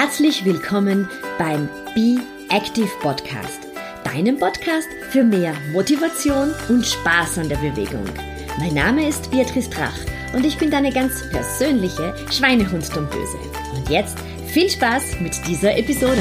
Herzlich willkommen beim Be Active Podcast, deinem Podcast für mehr Motivation und Spaß an der Bewegung. Mein Name ist Beatrice Drach und ich bin deine ganz persönliche Schweinehundsdomböse. Und jetzt viel Spaß mit dieser Episode.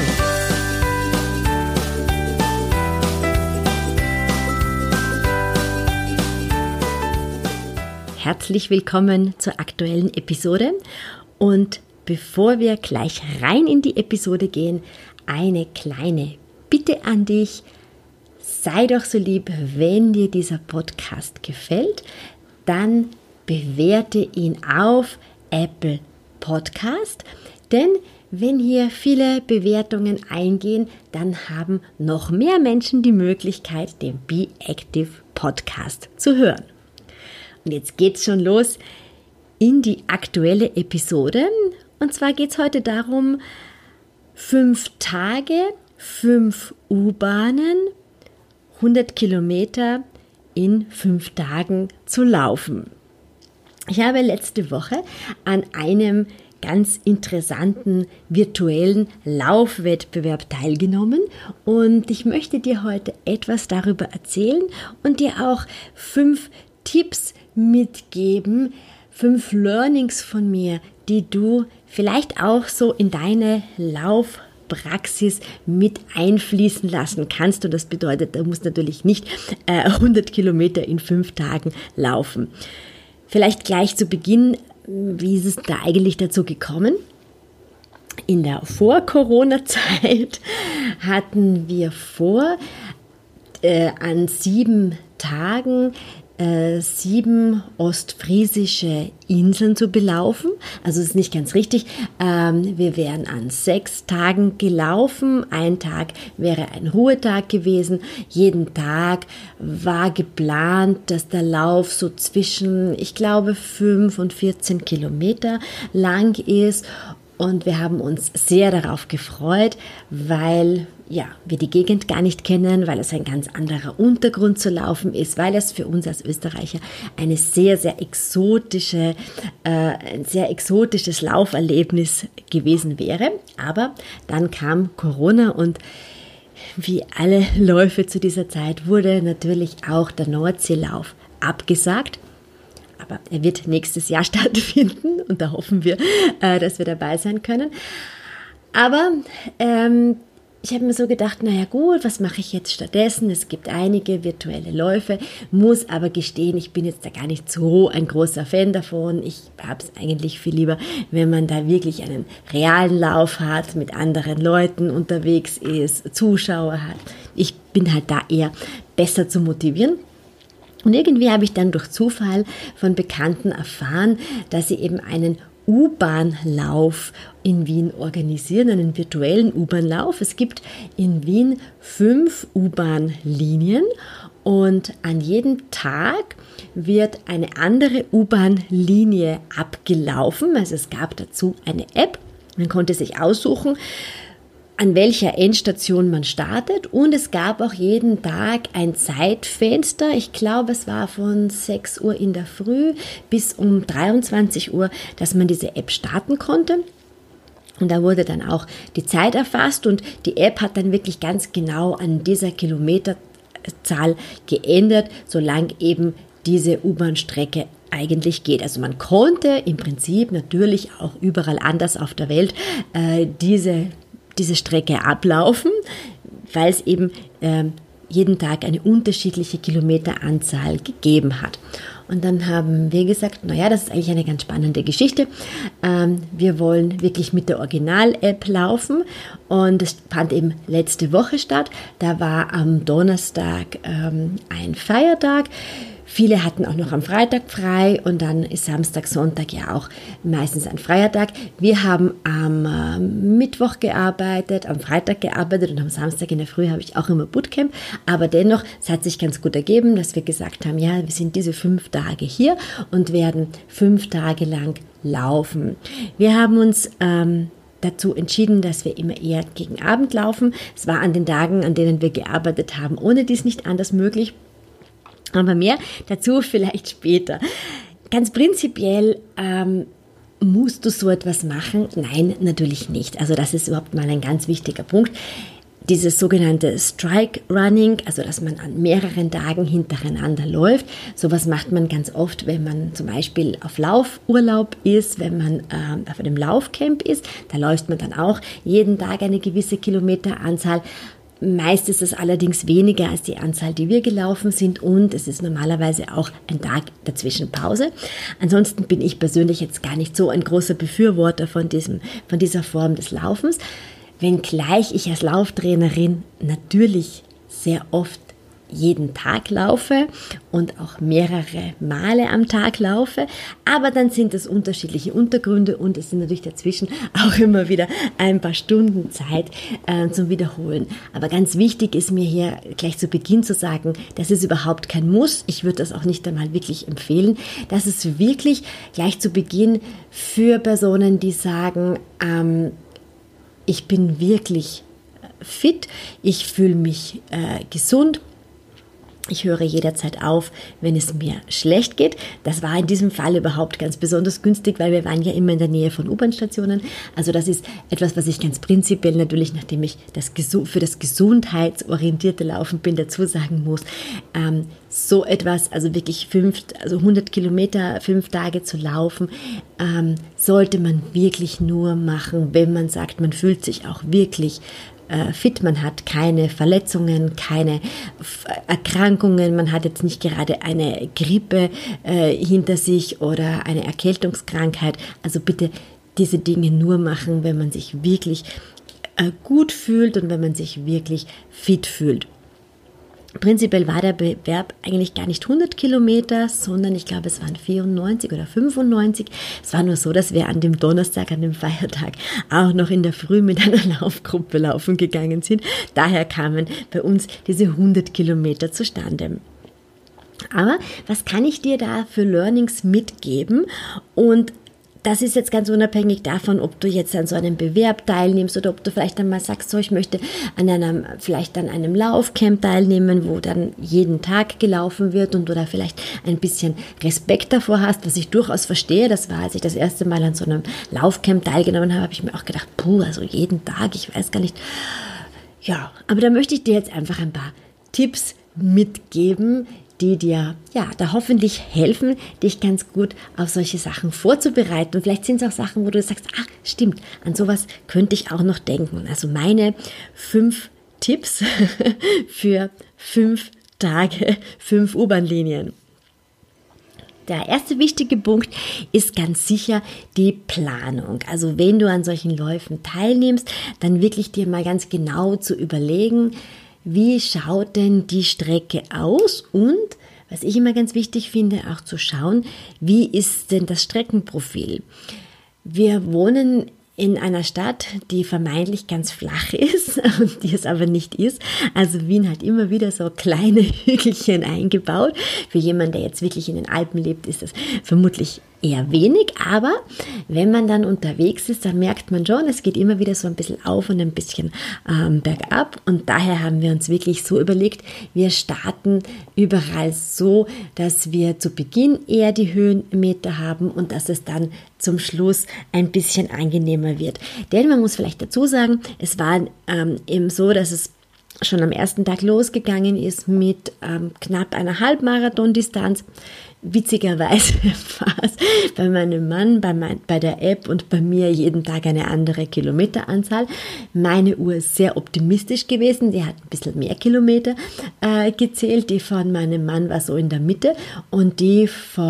Herzlich willkommen zur aktuellen Episode und bevor wir gleich rein in die Episode gehen, eine kleine Bitte an dich. Sei doch so lieb, wenn dir dieser Podcast gefällt, dann bewerte ihn auf Apple Podcast, denn wenn hier viele Bewertungen eingehen, dann haben noch mehr Menschen die Möglichkeit, den Be Active Podcast zu hören. Und jetzt geht's schon los in die aktuelle Episode. Und zwar geht es heute darum, 5 Tage, 5 U-Bahnen, 100 Kilometer in 5 Tagen zu laufen. Ich habe letzte Woche an einem ganz interessanten virtuellen Laufwettbewerb teilgenommen und ich möchte dir heute etwas darüber erzählen und dir auch 5 Tipps mitgeben, 5 Learnings von mir, die du vielleicht auch so in deine Laufpraxis mit einfließen lassen kannst. Und das bedeutet, du musst natürlich nicht 100 Kilometer in 5 Tagen laufen. Vielleicht gleich zu Beginn, wie ist es da eigentlich dazu gekommen? In der Vor-Corona-Zeit hatten wir vor, an 7 Tagen 7 ostfriesische Inseln zu belaufen. Also es ist nicht ganz richtig. Wir wären an 6 Tagen gelaufen. Ein Tag wäre ein Ruhetag gewesen. Jeden Tag war geplant, dass der Lauf so zwischen, ich glaube, 5 und 14 Kilometer lang ist. Und wir haben uns sehr darauf gefreut, weil wir die Gegend gar nicht kennen, weil es ein ganz anderer Untergrund zu laufen ist, weil es für uns als Österreicher ein sehr exotisches Lauferlebnis gewesen wäre. Aber dann kam Corona und wie alle Läufe zu dieser Zeit wurde natürlich auch der Nordseelauf abgesagt. Aber er wird nächstes Jahr stattfinden und da hoffen wir, dass wir dabei sein können. Aber ich habe mir so gedacht, naja gut, was mache ich jetzt stattdessen? Es gibt einige virtuelle Läufe, muss aber gestehen, ich bin jetzt da gar nicht so ein großer Fan davon. Ich habe es eigentlich viel lieber, wenn man da wirklich einen realen Lauf hat, mit anderen Leuten unterwegs ist, Zuschauer hat. Ich bin halt da eher besser zu motivieren. Und irgendwie habe ich dann durch Zufall von Bekannten erfahren, dass sie eben einen U-Bahn-Lauf in Wien organisieren, einen virtuellen U-Bahn-Lauf. Es gibt in Wien 5 U-Bahn-Linien und an jedem Tag wird eine andere U-Bahn-Linie abgelaufen. Also es gab dazu eine App, man konnte sich aussuchen, an welcher Endstation man startet und es gab auch jeden Tag ein Zeitfenster. Ich glaube, es war von 6 Uhr in der Früh bis um 23 Uhr, dass man diese App starten konnte. Und da wurde dann auch die Zeit erfasst und die App hat dann wirklich ganz genau an dieser Kilometerzahl geändert, solange eben diese U-Bahn-Strecke eigentlich geht. Also man konnte im Prinzip natürlich auch überall anders auf der Welt diese Strecke ablaufen, weil es eben jeden Tag eine unterschiedliche Kilometeranzahl gegeben hat. Und dann haben wir gesagt, naja, das ist eigentlich eine ganz spannende Geschichte. Wir wollen wirklich mit der Original-App laufen und das fand eben letzte Woche statt. Da war am Donnerstag ein Feiertag. Viele hatten auch noch am Freitag frei und dann ist Samstag, Sonntag ja auch meistens ein freier Tag. Wir haben am Mittwoch gearbeitet, am Freitag gearbeitet und am Samstag in der Früh habe ich auch immer Bootcamp. Aber dennoch, es hat sich ganz gut ergeben, dass wir gesagt haben, ja, wir sind diese 5 Tage hier und werden 5 Tage lang laufen. Wir haben uns dazu entschieden, dass wir immer eher gegen Abend laufen. Es war an den Tagen, an denen wir gearbeitet haben, ohne dies nicht anders möglich. Aber mehr dazu vielleicht später. Ganz prinzipiell Musst du so etwas machen? Nein, natürlich nicht. Also das ist überhaupt mal ein ganz wichtiger Punkt. Dieses sogenannte Strike Running, also dass man an mehreren Tagen hintereinander läuft, sowas macht man ganz oft, wenn man zum Beispiel auf Laufurlaub ist, wenn man auf einem Laufcamp ist, da läuft man dann auch jeden Tag eine gewisse Kilometeranzahl. Meist ist es allerdings weniger als die Anzahl, die wir gelaufen sind, und es ist normalerweise auch ein Tag dazwischen Pause. Ansonsten bin ich persönlich jetzt gar nicht so ein großer Befürworter von dieser Form des Laufens, wenngleich ich als Lauftrainerin natürlich sehr oft jeden Tag laufe und auch mehrere Male am Tag laufe, aber dann sind es unterschiedliche Untergründe und es sind natürlich dazwischen auch immer wieder ein paar Stunden Zeit zum Wiederholen. Aber ganz wichtig ist mir hier gleich zu Beginn zu sagen, das ist überhaupt kein Muss. Ich würde das auch nicht einmal wirklich empfehlen. Das ist wirklich gleich zu Beginn für Personen, die sagen, ich bin wirklich fit, ich fühle mich gesund. Ich höre jederzeit auf, wenn es mir schlecht geht. Das war in diesem Fall überhaupt ganz besonders günstig, weil wir waren ja immer in der Nähe von U-Bahn-Stationen. Also das ist etwas, was ich ganz prinzipiell natürlich, nachdem ich für das gesundheitsorientierte Laufen bin, dazu sagen muss, so etwas, also wirklich 100 Kilometer, 5 Tage zu laufen, sollte man wirklich nur machen, wenn man sagt, man fühlt sich auch wirklich fit, man hat keine Verletzungen, keine Erkrankungen, man hat jetzt nicht gerade eine Grippe hinter sich oder eine Erkältungskrankheit. Also bitte diese Dinge nur machen, wenn man sich wirklich gut fühlt und wenn man sich wirklich fit fühlt. Prinzipiell war der Bewerb eigentlich gar nicht 100 Kilometer, sondern ich glaube, es waren 94 oder 95. Es war nur so, dass wir an dem Donnerstag, an dem Feiertag, auch noch in der Früh mit einer Laufgruppe laufen gegangen sind. Daher kamen bei uns diese 100 Kilometer zustande. Aber was kann ich dir da für Learnings mitgeben? Und das ist jetzt ganz unabhängig davon, ob du jetzt an so einem Bewerb teilnimmst oder ob du vielleicht einmal sagst, so, ich möchte vielleicht an einem Laufcamp teilnehmen, wo dann jeden Tag gelaufen wird und du da vielleicht ein bisschen Respekt davor hast, was ich durchaus verstehe. Das war, als ich das erste Mal an so einem Laufcamp teilgenommen habe, habe ich mir auch gedacht, also jeden Tag, ich weiß gar nicht. Ja, aber da möchte ich dir jetzt einfach ein paar Tipps mitgeben, die dir da hoffentlich helfen, dich ganz gut auf solche Sachen vorzubereiten. Und vielleicht sind es auch Sachen, wo du sagst, stimmt, an sowas könnte ich auch noch denken. Also meine 5 Tipps für 5 Tage, 5 U-Bahn-Linien. Der erste wichtige Punkt ist ganz sicher die Planung. Also wenn du an solchen Läufen teilnimmst, dann wirklich dir mal ganz genau zu überlegen, wie schaut denn die Strecke aus und, was ich immer ganz wichtig finde, auch zu schauen, wie ist denn das Streckenprofil. Wir wohnen in einer Stadt, die vermeintlich ganz flach ist und die es aber nicht ist. Also Wien hat immer wieder so kleine Hügelchen eingebaut. Für jemanden, der jetzt wirklich in den Alpen lebt, ist das vermutlich eher wenig, aber wenn man dann unterwegs ist, dann merkt man schon, es geht immer wieder so ein bisschen auf und ein bisschen bergab, und daher haben wir uns wirklich so überlegt, wir starten überall so, dass wir zu Beginn eher die Höhenmeter haben und dass es dann zum Schluss ein bisschen angenehmer wird. Denn man muss vielleicht dazu sagen, es war eben so, dass es schon am ersten Tag losgegangen ist mit knapp einer Halbmarathon-Distanz. Witzigerweise war es bei meinem Mann, bei der App und bei mir jeden Tag eine andere Kilometeranzahl. Meine Uhr ist sehr optimistisch gewesen, die hat ein bisschen mehr Kilometer gezählt. Die von meinem Mann war so in der Mitte und die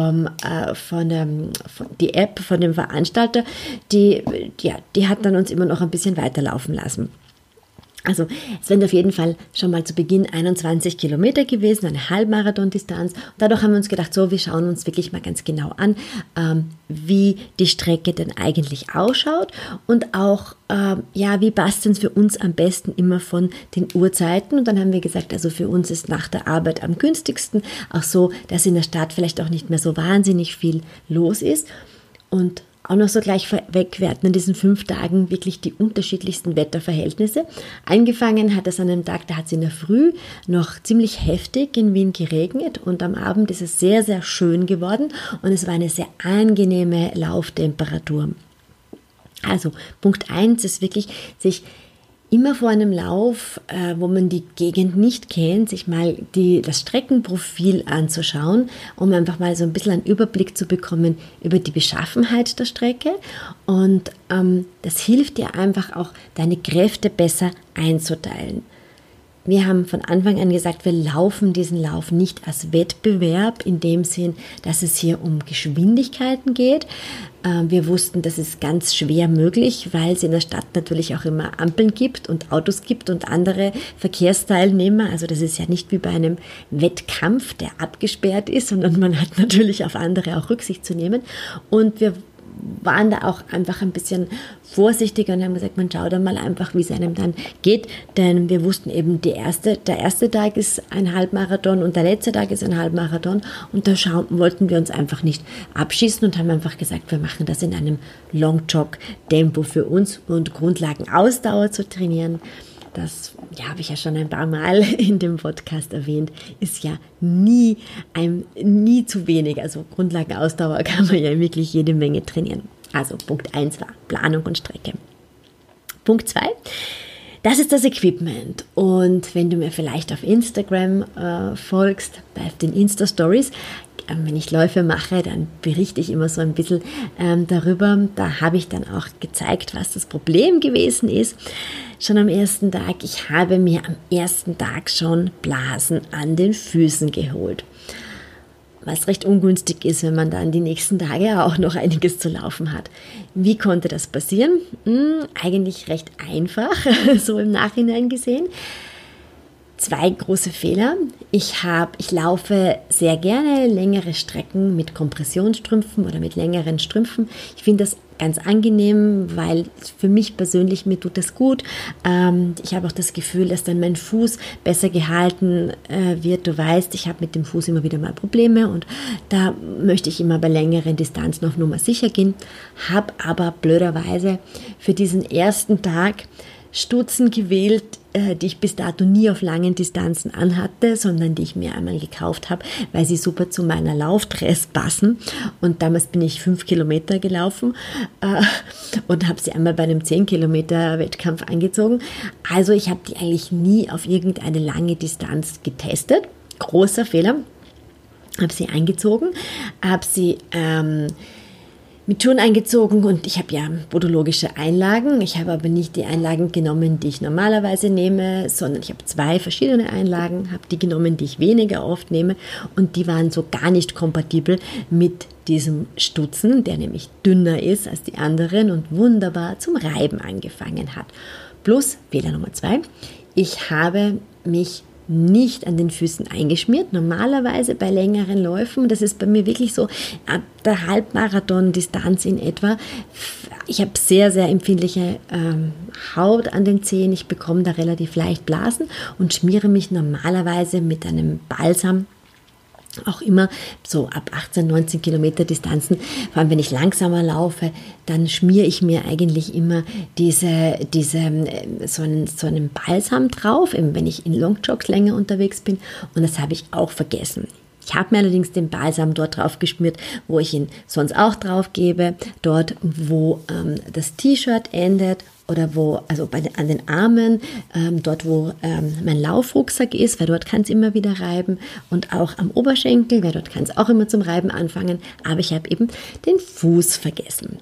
die App von dem Veranstalter, die hat dann uns immer noch ein bisschen weiterlaufen lassen. Also es sind auf jeden Fall schon mal zu Beginn 21 Kilometer gewesen, eine Halbmarathon-Distanz. Dadurch haben wir uns gedacht, so, wir schauen uns wirklich mal ganz genau an, wie die Strecke denn eigentlich ausschaut und auch, wie passt denn für uns am besten immer von den Uhrzeiten. Und dann haben wir gesagt, also für uns ist nach der Arbeit am günstigsten, auch so, dass in der Stadt vielleicht auch nicht mehr so wahnsinnig viel los ist. Und auch noch so gleich vorweg, wir hatten an diesen 5 Tagen wirklich die unterschiedlichsten Wetterverhältnisse. Angefangen hat es an einem Tag, da hat es in der Früh noch ziemlich heftig in Wien geregnet und am Abend ist es sehr, sehr schön geworden und es war eine sehr angenehme Lauftemperatur. Also Punkt 1 ist wirklich, sich immer vor einem Lauf, wo man die Gegend nicht kennt, sich mal das Streckenprofil anzuschauen, um einfach mal so ein bisschen einen Überblick zu bekommen über die Beschaffenheit der Strecke. Und das hilft dir einfach auch, deine Kräfte besser einzuteilen. Wir haben von Anfang an gesagt, wir laufen diesen Lauf nicht als Wettbewerb in dem Sinn, dass es hier um Geschwindigkeiten geht. Wir wussten, das ist ganz schwer möglich, weil es in der Stadt natürlich auch immer Ampeln gibt und Autos gibt und andere Verkehrsteilnehmer. Also das ist ja nicht wie bei einem Wettkampf, der abgesperrt ist, sondern man hat natürlich auf andere auch Rücksicht zu nehmen. Und wir waren da auch einfach ein bisschen vorsichtiger und haben gesagt, man schaut dann mal einfach, wie es einem dann geht, denn wir wussten eben, der erste Tag ist ein Halbmarathon und der letzte Tag ist ein Halbmarathon und da wollten wir uns einfach nicht abschießen und haben einfach gesagt, wir machen das in einem Long-Jog-Tempo für uns und Grundlagenausdauer zu trainieren. Das habe ich ja schon ein paar Mal in dem Podcast erwähnt, ist ja nie zu wenig. Also Grundlagenausdauer kann man ja wirklich jede Menge trainieren. Also Punkt 1 war Planung und Strecke. Punkt 2, das ist das Equipment. Und wenn du mir vielleicht auf Instagram folgst, bei den Insta-Stories, wenn ich Läufe mache, dann berichte ich immer so ein bisschen darüber. Da habe ich dann auch gezeigt, was das Problem gewesen ist. Schon am ersten Tag, ich habe mir am ersten Tag schon Blasen an den Füßen geholt. Was recht ungünstig ist, wenn man dann die nächsten Tage auch noch einiges zu laufen hat. Wie konnte das passieren? Eigentlich recht einfach, so im Nachhinein gesehen. 2 große Fehler. Ich laufe sehr gerne längere Strecken mit Kompressionsstrümpfen oder mit längeren Strümpfen. Ich finde das ganz angenehm, weil für mich persönlich, mir tut das gut. Ich habe auch das Gefühl, dass dann mein Fuß besser gehalten wird. Du weißt, ich habe mit dem Fuß immer wieder mal Probleme und da möchte ich immer bei längeren Distanzen auf Nummer sicher gehen. Habe aber blöderweise für diesen ersten Tag Stutzen gewählt, die ich bis dato nie auf langen Distanzen anhatte, sondern die ich mir einmal gekauft habe, weil sie super zu meiner Laufdress passen. Und damals bin ich 5 Kilometer gelaufen und habe sie einmal bei einem 10 Kilometer Wettkampf angezogen. Also ich habe die eigentlich nie auf irgendeine lange Distanz getestet. Großer Fehler. Habe sie eingezogen, habe sie mit Schuhen eingezogen und ich habe ja podologische Einlagen. Ich habe aber nicht die Einlagen genommen, die ich normalerweise nehme, sondern ich habe 2 verschiedene Einlagen, habe die genommen, die ich weniger oft nehme und die waren so gar nicht kompatibel mit diesem Stutzen, der nämlich dünner ist als die anderen und wunderbar zum Reiben angefangen hat. Plus, Fehler Nummer 2, ich habe mich nicht an den Füßen eingeschmiert. Normalerweise bei längeren Läufen, das ist bei mir wirklich so ab der Halbmarathon-Distanz in etwa. Ich habe sehr, sehr empfindliche Haut an den Zehen. Ich bekomme da relativ leicht Blasen und schmiere mich normalerweise mit einem Balsam auch immer so ab 18, 19 Kilometer Distanzen, vor allem wenn ich langsamer laufe, dann schmiere ich mir eigentlich immer so einen Balsam drauf, eben wenn ich in Longjogs länger unterwegs bin und das habe ich auch vergessen. Ich habe mir allerdings den Balsam dort drauf geschmiert, wo ich ihn sonst auch drauf gebe, dort wo das T-Shirt endet oder an den Armen, dort wo mein Laufrucksack ist, weil dort kann es immer wieder reiben und auch am Oberschenkel, weil dort kann es auch immer zum Reiben anfangen, aber ich habe eben den Fuß vergessen.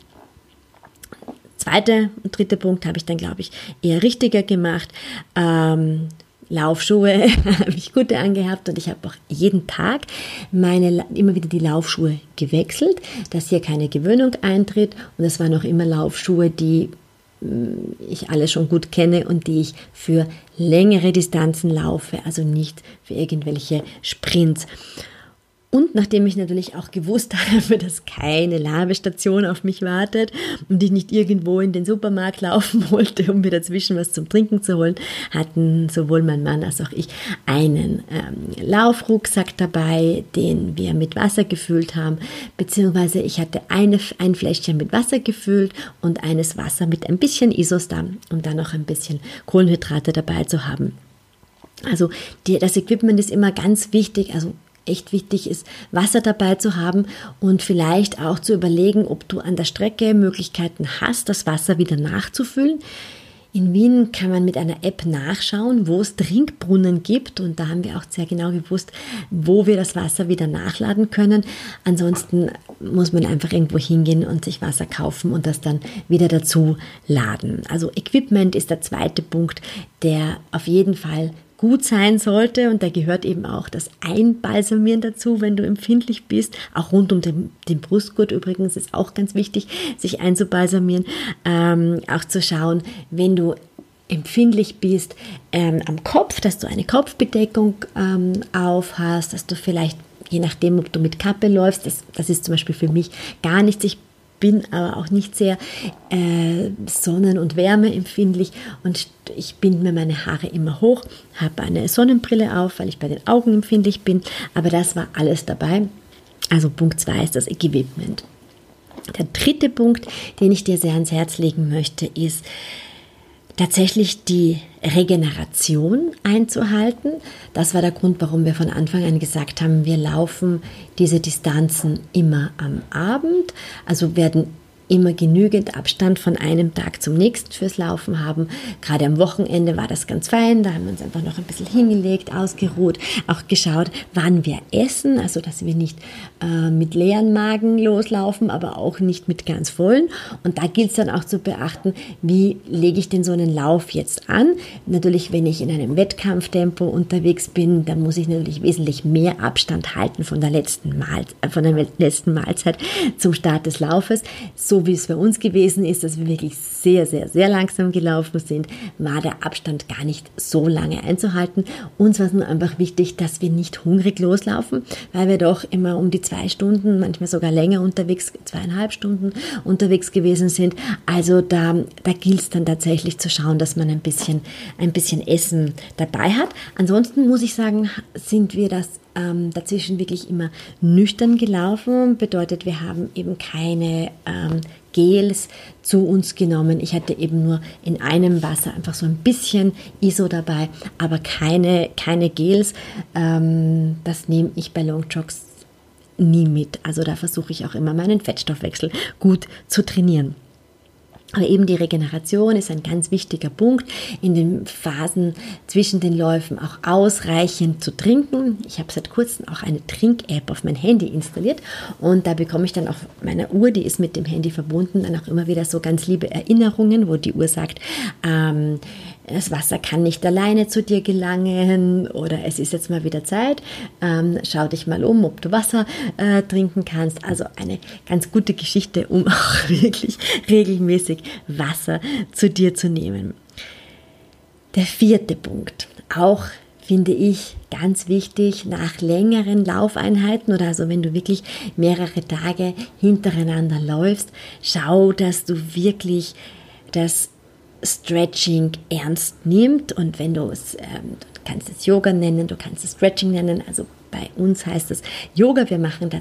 2. und 3. Punkt habe ich dann, glaube ich, eher richtiger gemacht. Laufschuhe habe ich gute angehabt und ich habe auch jeden Tag immer wieder die Laufschuhe gewechselt, dass hier keine Gewöhnung eintritt und es waren auch immer Laufschuhe, die ich alle schon gut kenne und die ich für längere Distanzen laufe, also nicht für irgendwelche Sprints. Und nachdem ich natürlich auch gewusst habe, dass keine Labestation auf mich wartet und ich nicht irgendwo in den Supermarkt laufen wollte, um mir dazwischen was zum Trinken zu holen, hatten sowohl mein Mann als auch ich einen Laufrucksack dabei, den wir mit Wasser gefüllt haben, beziehungsweise ich hatte ein Fläschchen mit Wasser gefüllt und eines Wasser mit ein bisschen Isostar, um dann noch ein bisschen Kohlenhydrate dabei zu haben. Also das Equipment ist immer ganz wichtig, also echt wichtig ist, Wasser dabei zu haben und vielleicht auch zu überlegen, ob du an der Strecke Möglichkeiten hast, das Wasser wieder nachzufüllen. In Wien kann man mit einer App nachschauen, wo es Trinkbrunnen gibt, und da haben wir auch sehr genau gewusst, wo wir das Wasser wieder nachladen können. Ansonsten muss man einfach irgendwo hingehen und sich Wasser kaufen und das dann wieder dazu laden. Also Equipment ist der zweite Punkt, der auf jeden Fall gut sein sollte, und da gehört eben auch das Einbalsamieren dazu, wenn du empfindlich bist. Auch rund um den Brustgurt übrigens ist auch ganz wichtig, sich einzubalsamieren. Auch zu schauen, wenn du empfindlich bist am Kopf, dass du eine Kopfbedeckung auf hast, dass du vielleicht, je nachdem, ob du mit Kappe läufst, das ist zum Beispiel für mich gar nichts. Ich bin aber auch nicht sehr sonnen- und wärmeempfindlich und ich binde mir meine Haare immer hoch, habe eine Sonnenbrille auf, weil ich bei den Augen empfindlich bin, aber das war alles dabei. Also Punkt 2 ist das Equipment. Der dritte Punkt, den ich dir sehr ans Herz legen möchte, ist tatsächlich die Regeneration einzuhalten. Das war der Grund, warum wir von Anfang an gesagt haben, wir laufen diese Distanzen immer am Abend, also werden immer genügend Abstand von einem Tag zum nächsten fürs Laufen haben. Gerade am Wochenende war das ganz fein, da haben wir uns einfach noch ein bisschen hingelegt, ausgeruht, auch geschaut, wann wir essen, also dass wir nicht mit leeren Magen loslaufen, aber auch nicht mit ganz vollen. Und da gilt es dann auch zu beachten, wie lege ich denn so einen Lauf jetzt an. Natürlich, wenn ich in einem Wettkampftempo unterwegs bin, dann muss ich natürlich wesentlich mehr Abstand halten von der letzten Mahlzeit zum Start des Laufes. So wie es bei uns gewesen ist, dass wir wirklich sehr, sehr, sehr langsam gelaufen sind, war der Abstand gar nicht so lange einzuhalten. Uns war es nur einfach wichtig, dass wir nicht hungrig loslaufen, weil wir doch immer um die 2 Stunden, manchmal sogar länger unterwegs, 2,5 Stunden unterwegs gewesen sind. Also da gilt es dann tatsächlich zu schauen, dass man ein bisschen Essen dabei hat. Ansonsten muss ich sagen, sind wir das dazwischen wirklich immer nüchtern gelaufen. Bedeutet, wir haben eben keine Gels zu uns genommen. Ich hatte eben nur in einem Wasser einfach so ein bisschen ISO dabei, aber keine Gels. Das nehme ich bei Longjogs nie mit. Also da versuche ich auch immer meinen Fettstoffwechsel gut zu trainieren. Aber eben die Regeneration ist ein ganz wichtiger Punkt, in den Phasen zwischen den Läufen auch ausreichend zu trinken. Ich habe seit kurzem auch eine Trink-App auf mein Handy installiert und da bekomme ich dann auf meiner Uhr, die ist mit dem Handy verbunden, dann auch immer wieder so ganz liebe Erinnerungen, wo die Uhr sagt, das Wasser kann nicht alleine zu dir gelangen oder es ist jetzt mal wieder Zeit, schau dich mal um, ob du Wasser trinken kannst. Also eine ganz gute Geschichte, um auch wirklich regelmäßig Wasser zu dir zu nehmen. Der 4. Punkt, auch finde ich ganz wichtig, nach längeren Laufeinheiten oder also wenn du wirklich mehrere Tage hintereinander läufst, schau, dass du wirklich das Stretching ernst nimmt und wenn du es, du kannst es Yoga nennen, du kannst es Stretching nennen, also bei uns heißt es Yoga, wir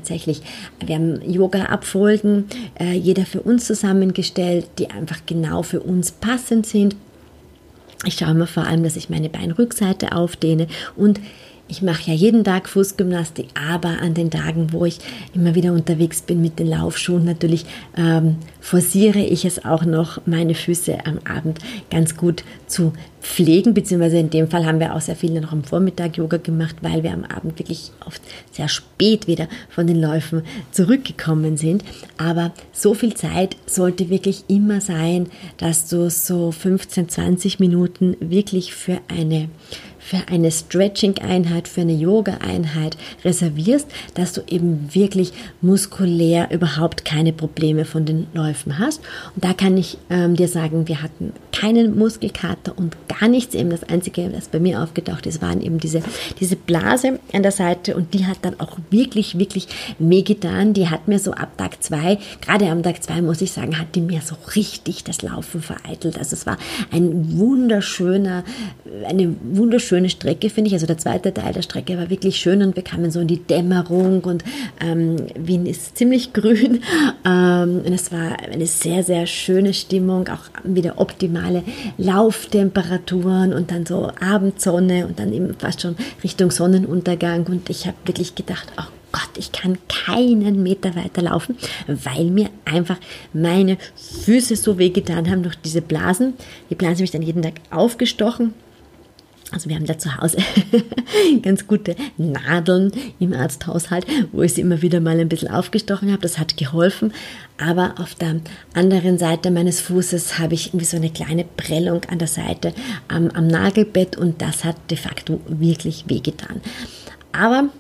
haben Yoga-Abfolgen, jeder für uns zusammengestellt, die einfach genau für uns passend sind. Ich schaue mir vor allem, dass ich meine Beinrückseite aufdehne und ich mache ja jeden Tag Fußgymnastik, aber an den Tagen, wo ich immer wieder unterwegs bin mit den Laufschuhen, natürlich forciere ich es auch noch, meine Füße am Abend ganz gut zu pflegen, beziehungsweise in dem Fall haben wir auch sehr viele noch am Vormittag Yoga gemacht, weil wir am Abend wirklich oft sehr spät wieder von den Läufen zurückgekommen sind. Aber so viel Zeit sollte wirklich immer sein, dass du so 15, 20 Minuten wirklich für für eine Stretching-Einheit, für eine Yoga-Einheit reservierst, dass du eben wirklich muskulär überhaupt keine Probleme von den Läufen hast. Und da kann ich dir sagen, wir hatten keinen Muskelkater und gar nichts. Eben das Einzige, was bei mir aufgetaucht ist, waren eben diese Blase an der Seite, und die hat dann auch wirklich wehgetan. Die hat mir so ab Tag 2, gerade am Tag 2 muss ich sagen, hat die mir so richtig das Laufen vereitelt. Also es war eine wunderschöne Strecke, finde ich. Also der zweite Teil der Strecke war wirklich schön und wir kamen so in die Dämmerung und Wien ist ziemlich grün und es war eine sehr, sehr schöne Stimmung, auch wieder optimale Lauftemperaturen und dann so Abendsonne und dann eben fast schon Richtung Sonnenuntergang, und ich habe wirklich gedacht, oh Gott, ich kann keinen Meter weiter laufen, weil mir einfach meine Füße so wehgetan haben durch diese Blasen. Die Blasen habe ich dann jeden Tag aufgestochen. Also wir haben da zu Hause ganz gute Nadeln im Arzthaushalt, wo ich sie immer wieder mal ein bisschen aufgestochen habe. Das hat geholfen. Aber auf der anderen Seite meines Fußes habe ich irgendwie so eine kleine Prellung an der Seite am Nagelbett, und das hat de facto wirklich wehgetan. Aber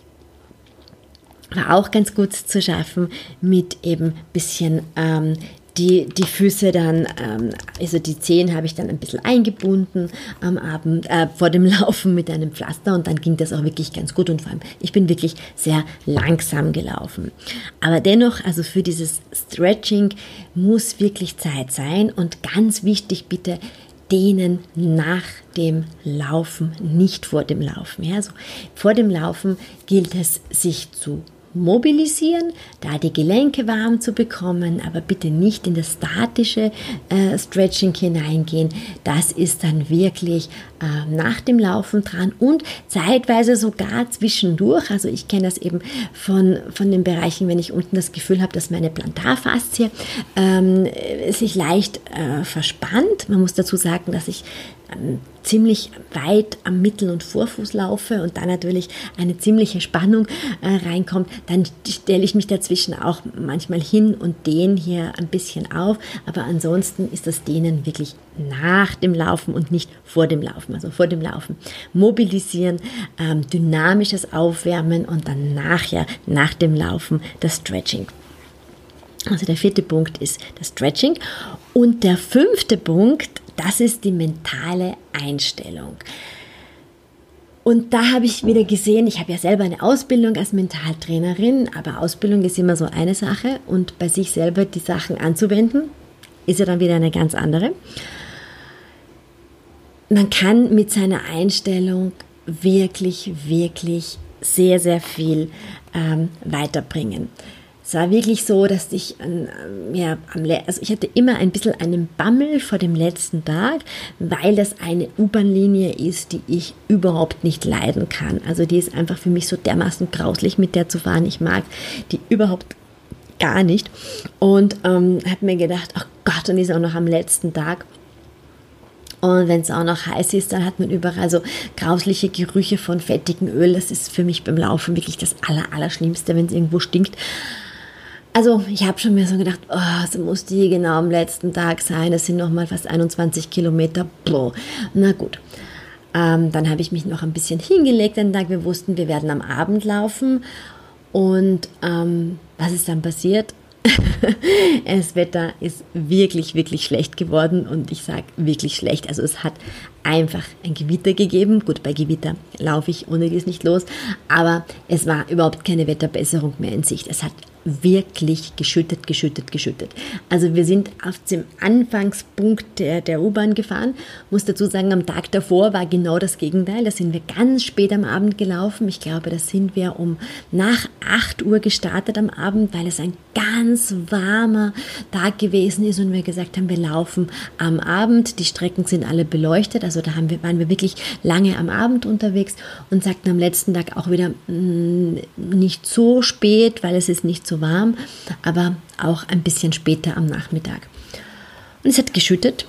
war auch ganz gut zu schaffen mit eben ein bisschen die Füße dann, also die Zehen habe ich dann ein bisschen eingebunden am Abend, vor dem Laufen mit einem Pflaster, und dann ging das auch wirklich ganz gut, und vor allem, ich bin wirklich sehr langsam gelaufen. Aber dennoch, also für dieses Stretching muss wirklich Zeit sein, und ganz wichtig, bitte dehnen nach dem Laufen, nicht vor dem Laufen. Ja, also vor dem Laufen gilt es, sich zu mobilisieren, da die Gelenke warm zu bekommen, aber bitte nicht in das statische Stretching hineingehen. Das ist dann wirklich nach dem Laufen dran und zeitweise sogar zwischendurch. Also ich kenne das eben von den Bereichen, wenn ich unten das Gefühl habe, dass meine Plantarfaszie sich leicht verspannt. Man muss dazu sagen, dass ich ziemlich weit am Mittel- und Vorfuß laufe und da natürlich eine ziemliche Spannung reinkommt, dann stelle ich mich dazwischen auch manchmal hin und dehne hier ein bisschen auf, aber ansonsten ist das Dehnen wirklich nach dem Laufen und nicht vor dem Laufen. Also vor dem Laufen mobilisieren, dynamisches Aufwärmen und dann nachher, nach dem Laufen, das Stretching. Also der 4. Punkt ist das Stretching, und der 5. Punkt, das ist die mentale Einstellung. Und da habe ich wieder gesehen, ich habe ja selber eine Ausbildung als Mentaltrainerin, aber Ausbildung ist immer so eine Sache, und bei sich selber die Sachen anzuwenden, ist ja dann wieder eine ganz andere. Man kann mit seiner Einstellung wirklich sehr, sehr viel weiterbringen. Es war wirklich so, dass ich ich hatte immer ein bisschen einen Bammel vor dem letzten Tag, weil das eine U-Bahn-Linie ist, die ich überhaupt nicht leiden kann. Also die ist einfach für mich so dermaßen grauslich, mit der zu fahren. Ich mag die überhaupt gar nicht, und habe mir gedacht, ach Gott, und ist auch noch am letzten Tag. Und wenn es auch noch heiß ist, dann hat man überall so grausliche Gerüche von fettigem Öl. Das ist für mich beim Laufen wirklich das Allerschlimmste, wenn es irgendwo stinkt. Also ich habe schon mir so gedacht, so muss die genau am letzten Tag sein. Das sind nochmal fast 21 Kilometer. Boah. Na gut. Dann habe ich mich noch ein bisschen hingelegt den Tag. Wir wussten, wir werden am Abend laufen. Und was ist dann passiert? Das Wetter ist wirklich schlecht geworden, und ich sage wirklich schlecht. Also es hat einfach ein Gewitter gegeben. Gut, bei Gewitter laufe ich ohne dies nicht los, aber es war überhaupt keine Wetterbesserung mehr in Sicht. Es hat wirklich geschüttet. Also wir sind auf dem Anfangspunkt der U-Bahn gefahren. Muss dazu sagen, am Tag davor war genau das Gegenteil. Da sind wir ganz spät am Abend gelaufen. Ich glaube, da sind wir nach 8 Uhr gestartet am Abend, weil es ein ganz warmer Tag gewesen ist und wir gesagt haben, wir laufen am Abend. Die Strecken sind alle beleuchtet. Also da waren wir wirklich lange am Abend unterwegs und sagten am letzten Tag auch wieder nicht so spät, weil es ist nicht so warm, aber auch ein bisschen später am Nachmittag. Und es hat geschüttet.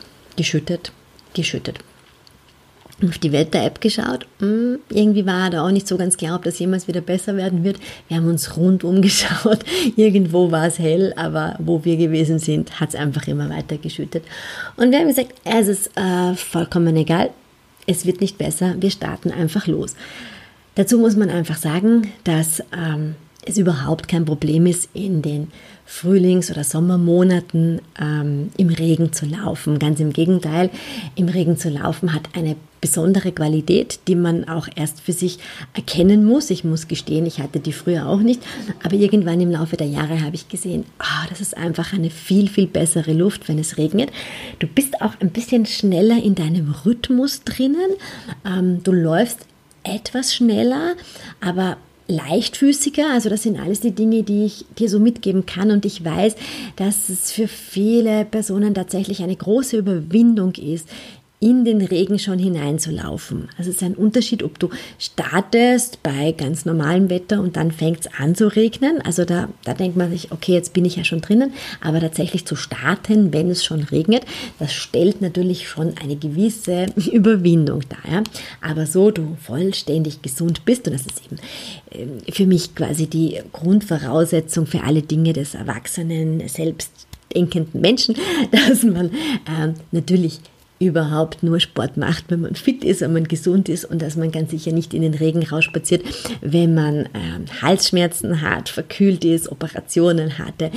Auf die Wetter-App geschaut. Irgendwie war da auch nicht so ganz klar, ob das jemals wieder besser werden wird. Wir haben uns rundum geschaut. Irgendwo war es hell, aber wo wir gewesen sind, hat es einfach immer weiter geschüttet. Und wir haben gesagt, es ist vollkommen egal. es wird nicht besser, wir starten einfach los. Dazu muss man einfach sagen, dass es überhaupt kein Problem ist, in den Frühlings- oder Sommermonaten im Regen zu laufen. Ganz im Gegenteil, im Regen zu laufen hat eine besondere Qualität, die man auch erst für sich erkennen muss. Ich muss gestehen, ich hatte die früher auch nicht, aber irgendwann im Laufe der Jahre habe ich gesehen, das ist einfach eine viel, viel bessere Luft, wenn es regnet. Du bist auch ein bisschen schneller in deinem Rhythmus drinnen. Du läufst etwas schneller, aber leichtfüßiger, also das sind alles die Dinge, die ich dir so mitgeben kann, und ich weiß, dass es für viele Personen tatsächlich eine große Überwindung ist, in den Regen schon hineinzulaufen. Also es ist ein Unterschied, ob du startest bei ganz normalem Wetter und dann fängt es an zu regnen. Also da denkt man sich, okay, jetzt bin ich ja schon drinnen, aber tatsächlich zu starten, wenn es schon regnet, das stellt natürlich schon eine gewisse Überwindung dar. Ja? Aber so du vollständig gesund bist, und das ist eben für mich quasi die Grundvoraussetzung für alle Dinge des erwachsenen, selbstdenkenden Menschen, dass man natürlich überhaupt nur Sport macht, wenn man fit ist, wenn man gesund ist, und dass man ganz sicher nicht in den Regen rausspaziert, wenn man Halsschmerzen hat, verkühlt ist, Operationen hatte,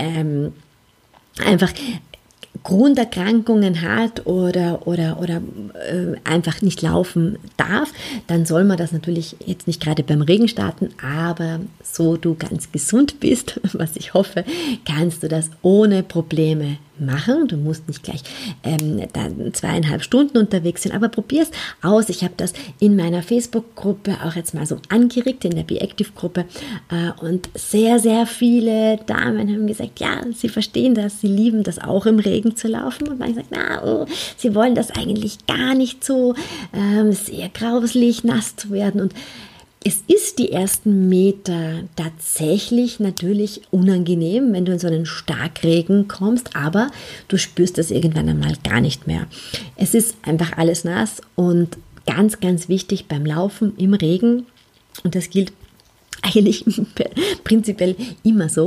einfach Grunderkrankungen hat oder einfach nicht laufen darf, dann soll man das natürlich jetzt nicht gerade beim Regen starten, aber so du ganz gesund bist, was ich hoffe, kannst du das ohne Probleme machen. Du musst nicht gleich dann 2,5 Stunden unterwegs sein, aber probier's aus. Ich habe das in meiner Facebook-Gruppe auch jetzt mal so angeregt, in der Be Active-Gruppe, und sehr, sehr viele Damen haben gesagt, ja, sie verstehen das, sie lieben das auch im Regen zu laufen, und manche sagen, sie wollen das eigentlich gar nicht so, sehr grauslich, nass zu werden, und es ist die ersten Meter tatsächlich natürlich unangenehm, wenn du in so einen Starkregen kommst, aber du spürst das irgendwann einmal gar nicht mehr. Es ist einfach alles nass, und ganz, ganz wichtig beim Laufen im Regen, und das gilt eigentlich prinzipiell immer so,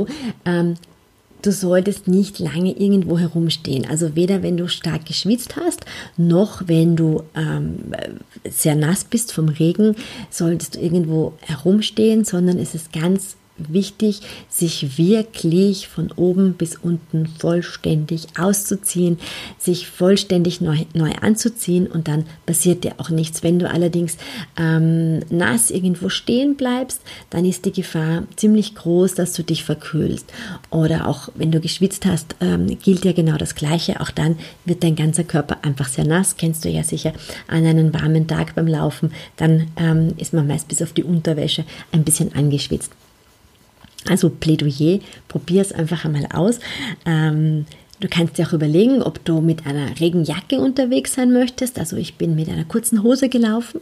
du solltest nicht lange irgendwo herumstehen. Also weder wenn du stark geschwitzt hast, noch wenn du sehr nass bist vom Regen, solltest du irgendwo herumstehen, sondern es ist ganz wichtig, sich wirklich von oben bis unten vollständig auszuziehen, sich vollständig neu anzuziehen, und dann passiert dir auch nichts. Wenn du allerdings nass irgendwo stehen bleibst, dann ist die Gefahr ziemlich groß, dass du dich verkühlst. Oder auch wenn du geschwitzt hast, gilt ja genau das Gleiche. Auch dann wird dein ganzer Körper einfach sehr nass. Kennst du ja sicher an einem warmen Tag beim Laufen, dann ist man meist bis auf die Unterwäsche ein bisschen angeschwitzt. Also Plädoyer, probier es einfach einmal aus. Du kannst dir auch überlegen, ob du mit einer Regenjacke unterwegs sein möchtest. Also ich bin mit einer kurzen Hose gelaufen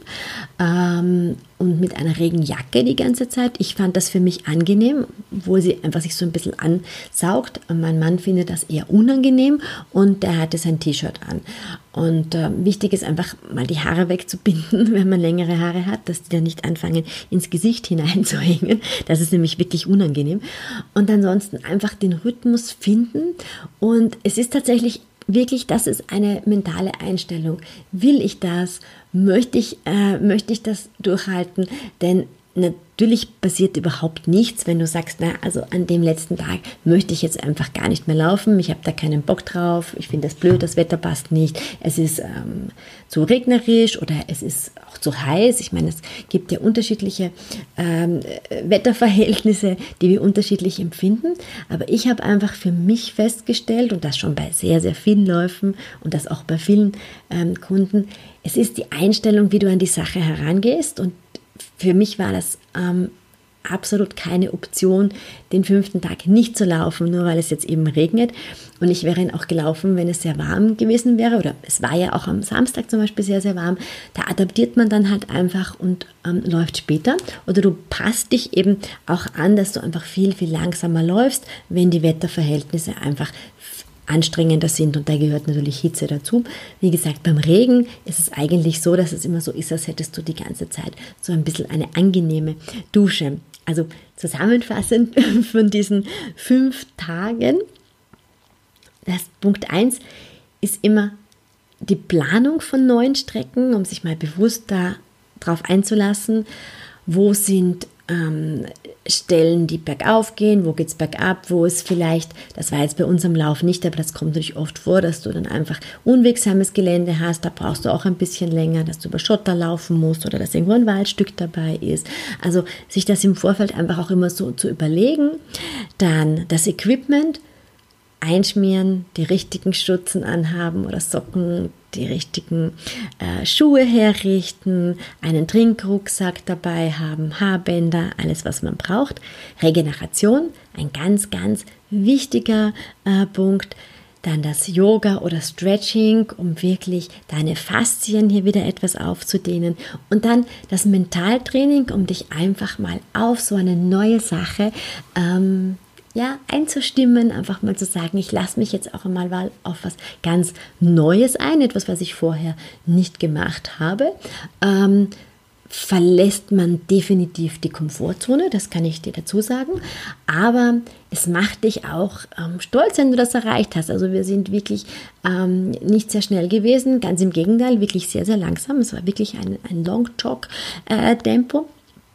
und mit einer Regenjacke die ganze Zeit. Ich fand das für mich angenehm, wo sie einfach sich so ein bisschen ansaugt. Mein Mann findet das eher unangenehm, und der hatte sein T-Shirt an. Und wichtig ist einfach mal die Haare wegzubinden, wenn man längere Haare hat, dass die dann nicht anfangen ins Gesicht hineinzuhängen. Das ist nämlich wirklich unangenehm. Und ansonsten einfach den Rhythmus finden, und es ist tatsächlich wirklich, das ist eine mentale Einstellung. Will ich das? Möchte ich das durchhalten? Denn natürlich passiert überhaupt nichts, wenn du sagst, also an dem letzten Tag möchte ich jetzt einfach gar nicht mehr laufen, ich habe da keinen Bock drauf, ich finde das blöd, das Wetter passt nicht, es ist zu regnerisch oder es ist auch zu heiß. Ich meine, es gibt ja unterschiedliche Wetterverhältnisse, die wir unterschiedlich empfinden, aber ich habe einfach für mich festgestellt, und das schon bei sehr, sehr vielen Läufen und das auch bei vielen Kunden, es ist die Einstellung, wie du an die Sache herangehst, und für mich war das absolut keine Option, den 5. Tag nicht zu laufen, nur weil es jetzt eben regnet. Und ich wäre ihn auch gelaufen, wenn es sehr warm gewesen wäre. Oder es war ja auch am Samstag zum Beispiel sehr, sehr warm. Da adaptiert man dann halt einfach und läuft später. Oder du passt dich eben auch an, dass du einfach viel, viel langsamer läufst, wenn die Wetterverhältnisse einfach anstrengender sind, und da gehört natürlich Hitze dazu. Wie gesagt, beim Regen ist es eigentlich so, dass es immer so ist, als hättest du die ganze Zeit so ein bisschen eine angenehme Dusche. Also zusammenfassend von diesen 5 Tagen, das Punkt 1 ist immer die Planung von neuen Strecken, um sich mal bewusst darauf einzulassen, wo sind Stellen, die bergauf gehen, wo geht es bergab, wo es vielleicht, das war jetzt bei unserem Lauf nicht, aber das kommt natürlich oft vor, dass du dann einfach unwegsames Gelände hast, da brauchst du auch ein bisschen länger, dass du über Schotter laufen musst oder dass irgendwo ein Waldstück dabei ist. Also sich das im Vorfeld einfach auch immer so zu überlegen. Dann das Equipment, einschmieren, die richtigen Stutzen anhaben oder Socken, die richtigen Schuhe herrichten, einen Trinkrucksack dabei haben, Haarbänder, alles was man braucht. Regeneration, ein ganz, ganz wichtiger Punkt. Dann das Yoga oder Stretching, um wirklich deine Faszien hier wieder etwas aufzudehnen. Und dann das Mentaltraining, um dich einfach mal auf so eine neue Sache einzustimmen, einfach mal zu sagen, ich lasse mich jetzt auch einmal auf was ganz Neues ein, etwas, was ich vorher nicht gemacht habe. Verlässt man definitiv die Komfortzone, das kann ich dir dazu sagen, aber es macht dich auch stolz, wenn du das erreicht hast. Also wir sind wirklich nicht sehr schnell gewesen, ganz im Gegenteil, wirklich sehr, sehr langsam. Es war wirklich ein Long-Jog-Tempo.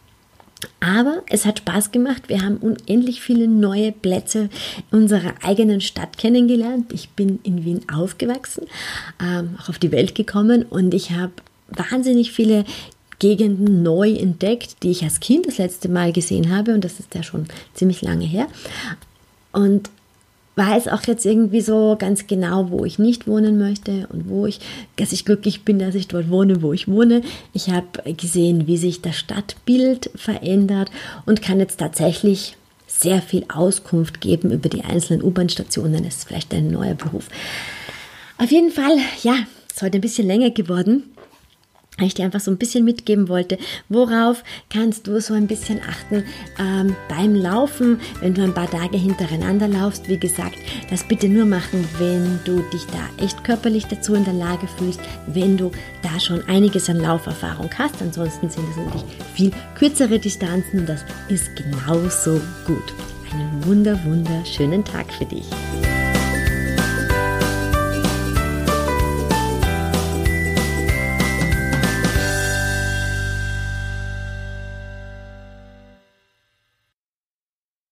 Aber es hat Spaß gemacht. Wir haben unendlich viele neue Plätze unserer eigenen Stadt kennengelernt. Ich bin in Wien aufgewachsen, auch auf die Welt gekommen und ich habe wahnsinnig viele Gegenden neu entdeckt, die ich als Kind das letzte Mal gesehen habe und das ist ja schon ziemlich lange her. Und weiß auch jetzt irgendwie so ganz genau, wo ich nicht wohnen möchte und dass ich glücklich bin, dass ich dort wohne, wo ich wohne. Ich habe gesehen, wie sich das Stadtbild verändert und kann jetzt tatsächlich sehr viel Auskunft geben über die einzelnen U-Bahn-Stationen. Das ist vielleicht ein neuer Beruf. Auf jeden Fall, ja, ist heute ein bisschen länger geworden. Ich dir einfach so ein bisschen mitgeben wollte, worauf kannst du so ein bisschen achten beim Laufen, wenn du ein paar Tage hintereinander laufst. Wie gesagt, das bitte nur machen, wenn du dich da echt körperlich dazu in der Lage fühlst, wenn du da schon einiges an Lauferfahrung hast. Ansonsten sind es natürlich viel kürzere Distanzen und das ist genauso gut. Einen wunderschönen Tag für dich.